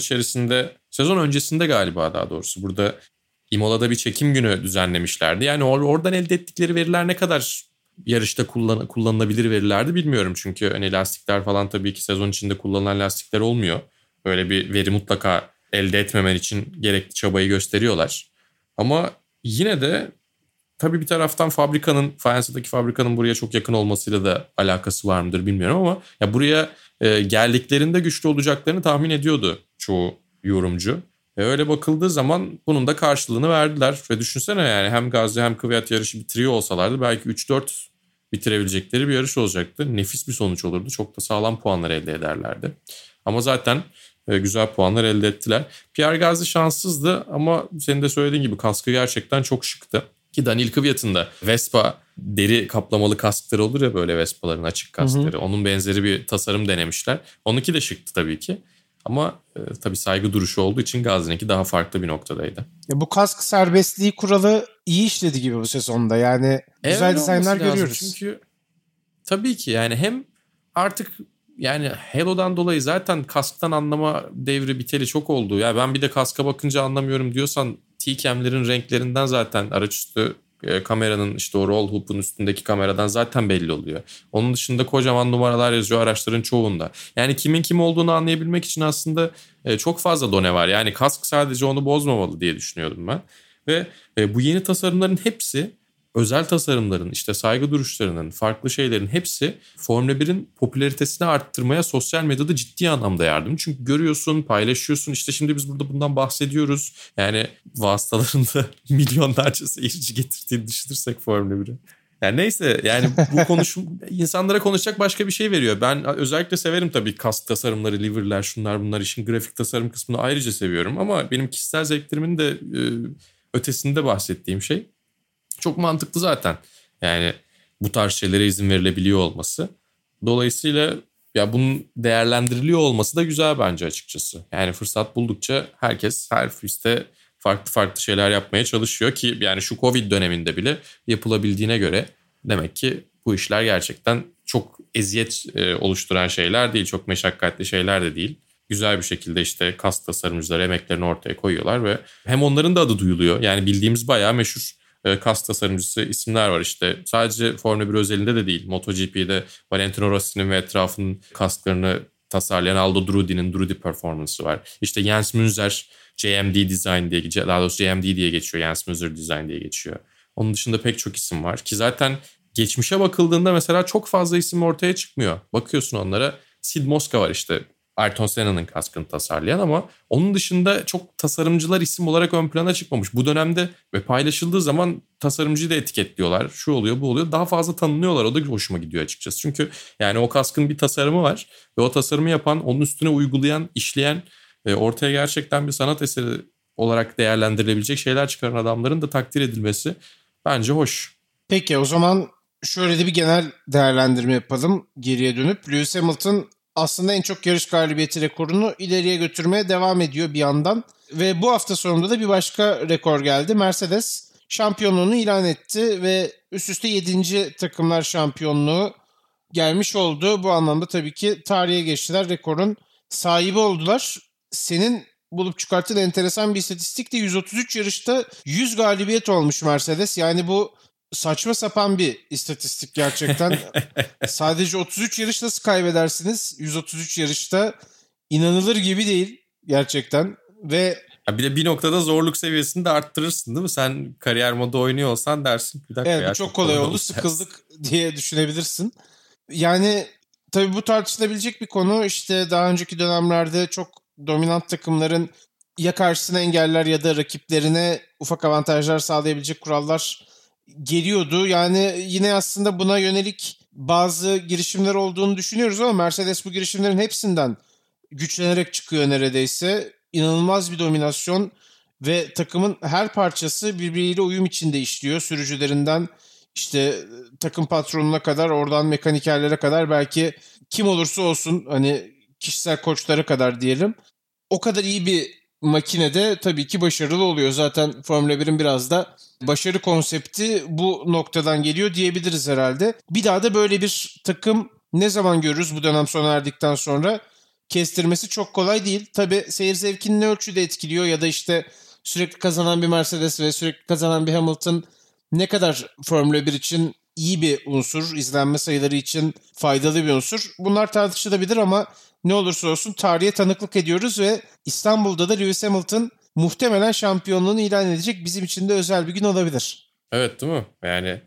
sezon öncesinde galiba daha doğrusu burada Imola'da bir çekim günü düzenlemişlerdi. Yani oradan elde ettikleri veriler ne kadar yarışta kullanılabilir verilerdi bilmiyorum. Çünkü hani lastikler falan tabii ki sezon içinde kullanılan lastikler olmuyor. Böyle bir veri mutlaka elde etmemen için gerekli çabayı gösteriyorlar. Ama yine de tabii bir taraftan Fayansa'daki fabrikanın buraya çok yakın olmasıyla da alakası var mıdır bilmiyorum ama ya buraya geldiklerinde güçlü olacaklarını tahmin ediyordu çoğu yorumcu. Öyle bakıldığı zaman bunun da karşılığını verdiler. Ve düşünsene yani hem Gasly hem Kvyat yarışı bitiriyor olsalardı belki 3-4 bitirebilecekleri bir yarış olacaktı. Nefis bir sonuç olurdu. Çok da sağlam puanlar elde ederlerdi. Ama zaten güzel puanlar elde ettiler. Pierre Gasly şanssızdı ama senin de söylediğin gibi kaskı gerçekten çok şıktı. Ki Daniil Kvyat'ın da Vespa deri kaplamalı kaskları olur ya, böyle Vespa'ların açık kaskları. Hı hı. Onun benzeri bir tasarım denemişler. Onunki de şıktı tabii ki. Ama tabii saygı duruşu olduğu için Gasly'ninki daha farklı bir noktadaydı. Ya bu kask serbestliği kuralı iyi işledi gibi bu sezonda. Yani güzel dizaynlar görüyoruz. Çünkü tabii ki yani hem artık yani Halo'dan dolayı zaten kasktan anlama devri biteli çok oldu. Ya ben bir de kaska bakınca anlamıyorum diyorsan T-Cam'lerin renklerinden zaten araçüstü kameranın işte o roll hoop'un üstündeki kameradan zaten belli oluyor. Onun dışında kocaman numaralar yazıyor araçların çoğunda. Yani kimin kim olduğunu anlayabilmek için aslında çok fazla done var. Yani kask sadece onu bozmamalı diye düşünüyordum ben. Ve bu yeni tasarımların hepsi, özel tasarımların, işte saygı duruşlarının, farklı şeylerin hepsi Formula 1'in popülaritesini arttırmaya sosyal medyada ciddi anlamda yardım. Çünkü görüyorsun, paylaşıyorsun. İşte şimdi biz burada bundan bahsediyoruz. Yani vasıtalarında milyonlarca seyirci getirdiğini düşünürsek Formula 1'i. Yani neyse yani bu insanlara konuşacak başka bir şey veriyor. Ben özellikle severim tabii kask tasarımları, liverler, şunlar bunlar, işin grafik tasarım kısmını ayrıca seviyorum. Ama benim kişisel zevklerimin de ötesinde bahsettiğim şey çok mantıklı zaten. Yani bu tarz şeylere izin verilebiliyor olması. Dolayısıyla ya bunun değerlendiriliyor olması da güzel bence açıkçası. Yani fırsat buldukça herkes her pistte farklı farklı şeyler yapmaya çalışıyor ki yani şu Covid döneminde bile yapılabildiğine göre demek ki bu işler gerçekten çok eziyet oluşturan şeyler değil, çok meşakkatli şeyler de değil. Güzel bir şekilde işte kas tasarımcıları emeklerini ortaya koyuyorlar ve hem onların da adı duyuluyor. Yani bildiğimiz bayağı meşhur kas tasarımcısı isimler var işte. Sadece Formula 1 özelinde de değil. MotoGP'de Valentino Rossi'nin ve etrafının kasklarını tasarlayan Aldo Drudi'nin Drudi Performance'ı var. İşte Jens Münzer JMD Design diye, daha doğrusu JMD diye geçiyor. Jens Münzer Design diye geçiyor. Onun dışında pek çok isim var ki zaten geçmişe bakıldığında mesela çok fazla isim ortaya çıkmıyor. Bakıyorsun onlara. Sid Mosca var işte. Ayrton Senna'nın kaskını tasarlayan ama onun dışında çok tasarımcılar isim olarak ön plana çıkmamış. Bu dönemde ve paylaşıldığı zaman tasarımcıyı da etiketliyorlar. Şu oluyor, bu oluyor. Daha fazla tanınıyorlar. O da hoşuma gidiyor açıkçası. Çünkü yani o kaskın bir tasarımı var ve o tasarımı yapan, onun üstüne uygulayan, işleyen, ortaya gerçekten bir sanat eseri olarak değerlendirilebilecek şeyler çıkaran adamların da takdir edilmesi bence hoş. Peki o zaman şöyle de bir genel değerlendirme yapalım geriye dönüp. Lewis Hamilton aslında en çok yarış galibiyeti rekorunu ileriye götürmeye devam ediyor bir yandan. Ve bu hafta sonunda da bir başka rekor geldi. Mercedes şampiyonluğunu ilan etti ve üst üste 7. takımlar şampiyonluğu gelmiş oldu. Bu anlamda tabii ki tarihe geçtiler. Rekorun sahibi oldular. Senin bulup çıkarttığın enteresan bir istatistik de 133 yarışta 100 galibiyet olmuş Mercedes. Yani bu saçma sapan bir istatistik gerçekten. Sadece 33 yarış nasıl kaybedersiniz? 133 yarışta inanılır gibi değil gerçekten. Ve bir de bir noktada zorluk seviyesini de arttırırsın değil mi? Sen kariyer modu oynuyor olsan dersin. Bir dakika evet, ya, çok kolay oldu, sıkıldık diye düşünebilirsin. Yani tabii bu tartışılabilecek bir konu. İşte daha önceki dönemlerde çok dominant takımların ya karşısına engeller ya da rakiplerine ufak avantajlar sağlayabilecek kurallar geliyordu. Yani yine aslında buna yönelik bazı girişimler olduğunu düşünüyoruz ama Mercedes bu girişimlerin hepsinden güçlenerek çıkıyor neredeyse. İnanılmaz bir dominasyon ve takımın her parçası birbiriyle uyum içinde işliyor. Sürücülerinden işte takım patronuna kadar, oradan mekanikerlere kadar, belki kim olursa olsun hani kişisel koçlara kadar diyelim. O kadar iyi bir makinede tabii ki başarılı oluyor. Zaten Formula 1'in biraz da başarı konsepti bu noktadan geliyor diyebiliriz herhalde. Bir daha da böyle bir takım ne zaman görürüz bu dönem sona erdikten sonra? Kestirmesi çok kolay değil. Tabii seyir zevkini ne ölçüde etkiliyor ya da işte sürekli kazanan bir Mercedes ve sürekli kazanan bir Hamilton ne kadar Formula 1 için iyi bir unsur, izlenme sayıları için faydalı bir unsur. Bunlar tartışılabilir ama ne olursa olsun tarihe tanıklık ediyoruz ve İstanbul'da da Lewis Hamilton muhtemelen şampiyonluğunu ilan edecek. Bizim için de özel bir gün olabilir. Evet, değil mi? Yani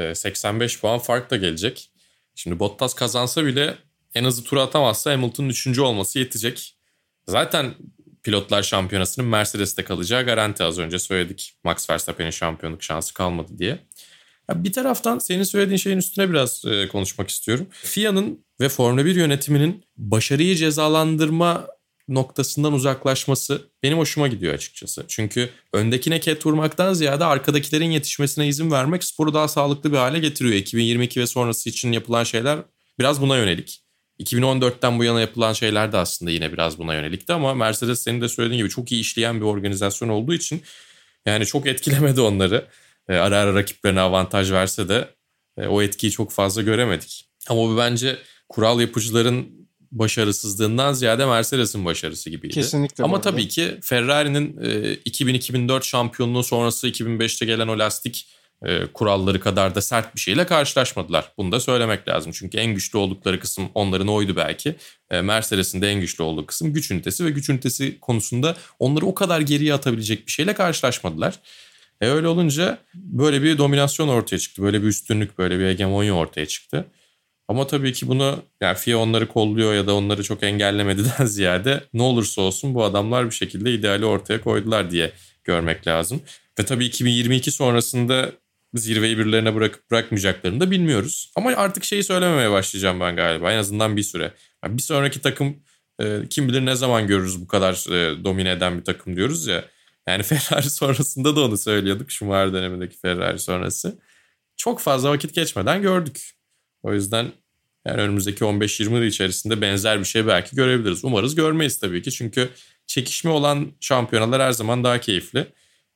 85 puan fark da gelecek. Şimdi Bottas kazansa bile en hızlı tura atamazsa Hamilton'ın 3. olması yetecek. Zaten pilotlar şampiyonasının Mercedes'te kalacağı garanti, az önce söyledik. Max Verstappen'in şampiyonluk şansı kalmadı diye. Bir taraftan senin söylediğin şeyin üstüne biraz konuşmak istiyorum. FIA'nın ve Formula 1 yönetiminin başarıyı cezalandırma noktasından uzaklaşması benim hoşuma gidiyor açıkçası. Çünkü öndekine ket vurmaktan ziyade arkadakilerin yetişmesine izin vermek sporu daha sağlıklı bir hale getiriyor. 2022 ve sonrası için yapılan şeyler biraz buna yönelik. 2014'ten bu yana yapılan şeyler de aslında yine biraz buna yönelikti ama Mercedes senin de söylediğin gibi çok iyi işleyen bir organizasyon olduğu için yani çok etkilemedi onları. Ara ara rakiplerine avantaj verse de o etkiyi çok fazla göremedik. Ama bu bence kural yapıcıların başarısızlığından ziyade Mercedes'in başarısı gibiydi. Kesinlikle. Ama tabii ki Ferrari'nin 2000-2004 şampiyonluğu sonrası 2005'te gelen o lastik kuralları kadar da sert bir şeyle karşılaşmadılar. Bunu da söylemek lazım. Çünkü en güçlü oldukları kısım onların oydu belki. Mercedes'in de en güçlü olduğu kısım güç ünitesi ve güç ünitesi konusunda onları o kadar geriye atabilecek bir şeyle karşılaşmadılar. Öyle olunca böyle bir dominasyon ortaya çıktı. Böyle bir üstünlük, böyle bir hegemonya ortaya çıktı. Ama tabii ki bunu yani FIA onları kolluyor ya da onları çok engellemediden ziyade ne olursa olsun bu adamlar bir şekilde ideali ortaya koydular diye görmek lazım. Ve tabii 2022 sonrasında zirveyi birilerine bırakıp bırakmayacaklarını da bilmiyoruz. Ama artık şeyi söylememeye başlayacağım ben galiba, en azından bir süre. Yani bir sonraki takım kim bilir ne zaman görürüz bu kadar domine eden bir takım diyoruz ya. Yani Ferrari sonrasında da onu söylüyorduk. Schumacher dönemindeki Ferrari sonrası. Çok fazla vakit geçmeden gördük. O yüzden yani önümüzdeki 15-20 yıl içerisinde benzer bir şey belki görebiliriz. Umarız görmeyiz tabii ki. Çünkü çekişme olan şampiyonalar her zaman daha keyifli.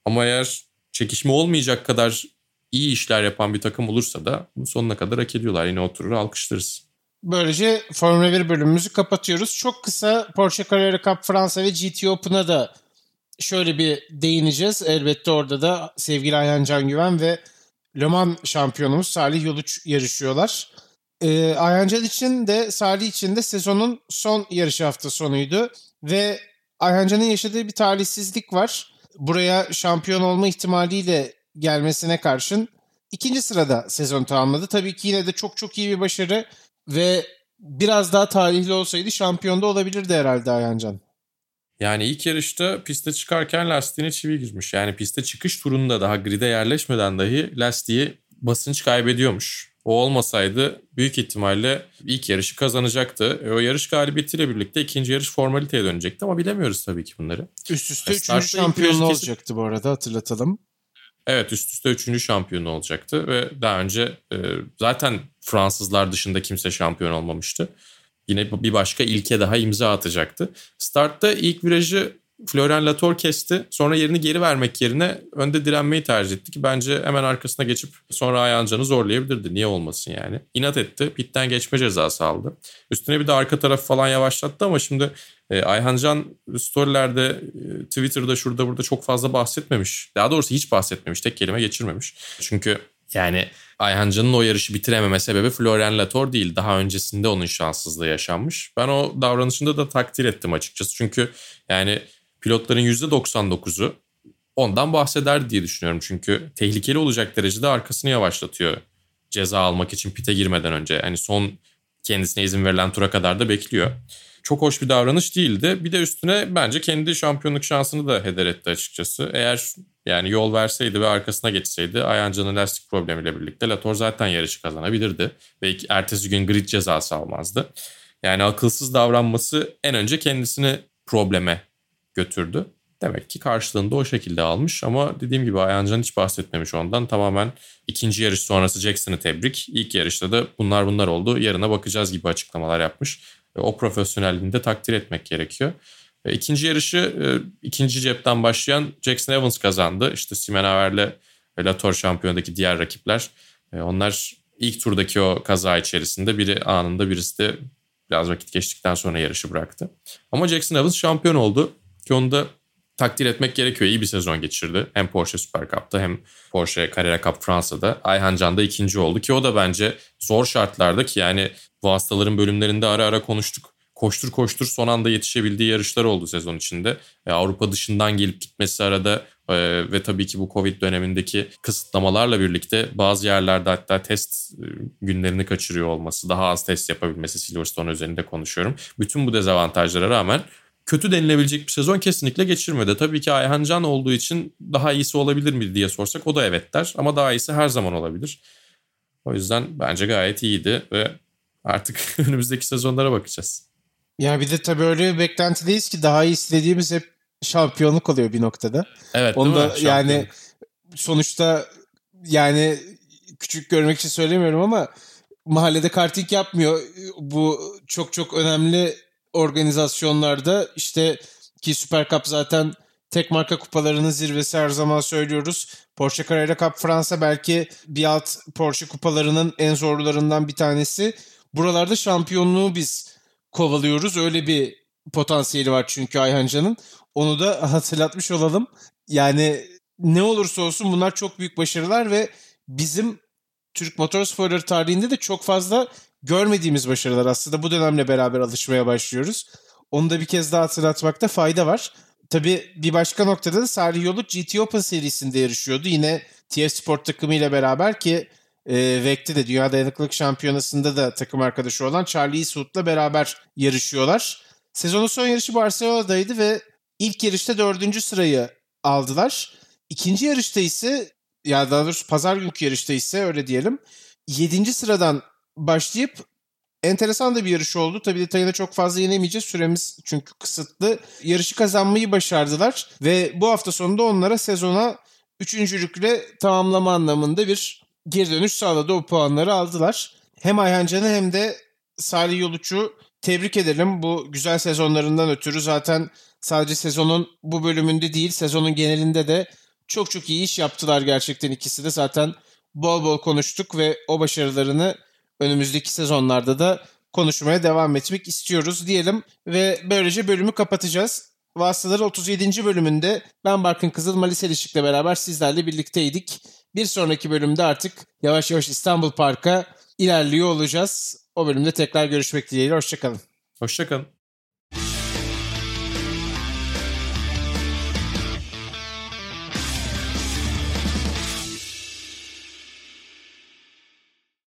Ama eğer çekişme olmayacak kadar iyi işler yapan bir takım olursa da sonuna kadar hak ediyorlar. Yine oturur alkışlarız. Böylece Formula 1 bölümümüzü kapatıyoruz. Çok kısa Porsche Carrera Cup Fransa ve GT Open'a da şöyle bir değineceğiz. Elbette orada da sevgili Ayhan Can Güven ve Le Mans şampiyonumuz Salih Yoluç yarışıyorlar. Ayhan Can için de Salih için de sezonun son yarış hafta sonuydu. Ve Ayhan Can'ın yaşadığı bir talihsizlik var. Buraya şampiyon olma ihtimaliyle gelmesine karşın ikinci sırada sezon tamamladı. Tabii ki yine de çok çok iyi bir başarı ve biraz daha talihli olsaydı şampiyon da olabilirdi herhalde Ayhan Can. Yani ilk yarışta piste çıkarken lastiğine çivi girmiş. Yani piste çıkış turunda daha grid'e yerleşmeden dahi lastiği basınç kaybediyormuş. O olmasaydı büyük ihtimalle ilk yarışı kazanacaktı. O yarış galibiyetiyle birlikte ikinci yarış formaliteye dönecekti ama bilemiyoruz tabii ki bunları. Üst üste 3. şampiyonluğu olacaktı bu arada, hatırlatalım. Evet, üst üste 3. şampiyonu olacaktı ve daha önce zaten Fransızlar dışında kimse şampiyon olmamıştı. Yine bir başka ilke daha imza atacaktı. Startta ilk virajı Florian Latour kesti. Sonra yerini geri vermek yerine önde direnmeyi tercih etti ki bence hemen arkasına geçip sonra Ayhan Can'ı zorlayabilirdi. Niye olmasın yani. İnat etti. Pitten geçme cezası aldı. Üstüne bir de arka tarafı falan yavaşlattı ama şimdi Ayhan Can storylerde, Twitter'da şurada burada çok fazla bahsetmemiş. Daha doğrusu hiç bahsetmemiş. Tek kelime geçirmemiş. Çünkü yani Ayhan Can'ın o yarışı bitirememe sebebi Florian Latour değil. Daha öncesinde onun şanssızlığı yaşanmış. Ben o davranışında da takdir ettim açıkçası. Çünkü yani pilotların %99'u ondan bahseder diye düşünüyorum. Çünkü tehlikeli olacak derecede arkasını yavaşlatıyor ceza almak için pite girmeden önce. Yani son kendisine izin verilen tura kadar da bekliyor. Çok hoş bir davranış değildi. Bir de üstüne bence kendi şampiyonluk şansını da heder etti açıkçası. Eğer yani yol verseydi ve arkasına geçseydi Ayhan Can'ın lastik problemiyle birlikte Latour zaten yarışı kazanabilirdi. Ve ertesi gün grid cezası almazdı. Yani akılsız davranması en önce kendisini probleme götürdü. Demek ki karşılığında o şekilde almış ama dediğim gibi Ayhan Can hiç bahsetmemiş ondan. Tamamen ikinci yarış sonrası Jackson'ı tebrik. İlk yarışta da bunlar oldu. Yarına bakacağız gibi açıklamalar yapmış. O profesyonelliğini de takdir etmek gerekiyor. İkinci yarışı ikinci cepten başlayan Jackson Evans kazandı. İşte Simenaver'le Latour şampiyondaki diğer rakipler. Onlar ilk turdaki o kaza içerisinde biri anında, birisi de biraz vakit geçtikten sonra yarışı bıraktı. Ama Jackson Evans şampiyon oldu ki onu da takdir etmek gerekiyor. İyi bir sezon geçirdi. Hem Porsche Super Cup'ta hem Porsche Carrera Cup Fransa'da. Ayhan Can da ikinci oldu ki o da bence zor şartlarda ki yani bu hastaların bölümlerinde ara ara konuştuk. Koştur koştur son anda yetişebildiği yarışlar oldu sezon içinde. Avrupa dışından gelip gitmesi arada ve tabii ki bu Covid dönemindeki kısıtlamalarla birlikte bazı yerlerde hatta test günlerini kaçırıyor olması, daha az test yapabilmesi, Silverstone üzerinde konuşuyorum. Bütün bu dezavantajlara rağmen kötü denilebilecek bir sezon kesinlikle geçirmedi. Tabii ki Ayhan Can olduğu için daha iyisi olabilir mi diye sorsak o da evet der. Ama daha iyisi her zaman olabilir. O yüzden bence gayet iyiydi ve artık önümüzdeki sezonlara bakacağız. Ya bir de tabii öyle bir beklentideyiz ki daha iyi istediğimiz hep şampiyonluk oluyor bir noktada. Evet, onu değil mi? da yani sonuçta yani küçük görmek için söylemiyorum ama mahallede karting yapmıyor. Bu çok çok önemli organizasyonlarda işte ki Super Cup zaten tek marka kupalarının zirvesi, her zaman söylüyoruz. Porsche Carrera Cup Fransa belki bir alt Porsche kupalarının en zorlularından bir tanesi. Buralarda şampiyonluğu biz kovalıyoruz. Öyle bir potansiyeli var çünkü Ayhan Can'ın. Onu da hatırlatmış olalım. Yani ne olursa olsun bunlar çok büyük başarılar ve bizim Türk motorsporları tarihinde de çok fazla görmediğimiz başarılar. Aslında bu dönemle beraber alışmaya başlıyoruz. Onu da bir kez daha hatırlatmakta fayda var. Tabii bir başka noktada da Salih Yoluç GT Open serisinde yarışıyordu. Yine TF Sport takımıyla beraber ki WEC'te de Dünya Dayanıklılık Şampiyonası'nda da takım arkadaşı olan Charlie Eastwood'la beraber yarışıyorlar. Sezonun son yarışı Barcelona'daydı ve ilk yarışta 4. sırayı aldılar. İkinci yarışta ise, ya daha doğrusu pazar günkü yarışta ise öyle diyelim, 7. sıradan başlayıp enteresan da bir yarış oldu. Tabii detayına çok fazla inemeyeceğiz. Süremiz çünkü kısıtlı. Yarışı kazanmayı başardılar ve bu hafta sonunda onlara sezona 3.lükle tamamlama anlamında bir geri dönüş sağladı. O puanları aldılar. Hem Ayhan Can'ı hem de Salih Yoluç'u tebrik edelim. Bu güzel sezonlarından ötürü zaten sadece sezonun bu bölümünde değil, sezonun genelinde de çok çok iyi iş yaptılar gerçekten ikisi de. Zaten bol bol konuştuk ve o başarılarını önümüzdeki sezonlarda da konuşmaya devam etmek istiyoruz diyelim ve böylece bölümü kapatacağız. Vasıtaları 37. bölümünde ben Barkın Kızıl, Malis Elişik'le beraber sizlerle birlikteydik. Bir sonraki bölümde artık yavaş yavaş İstanbul Park'a ilerliyor olacağız. O bölümde tekrar görüşmek dileğiyle. Hoşçakalın. Hoşça kalın.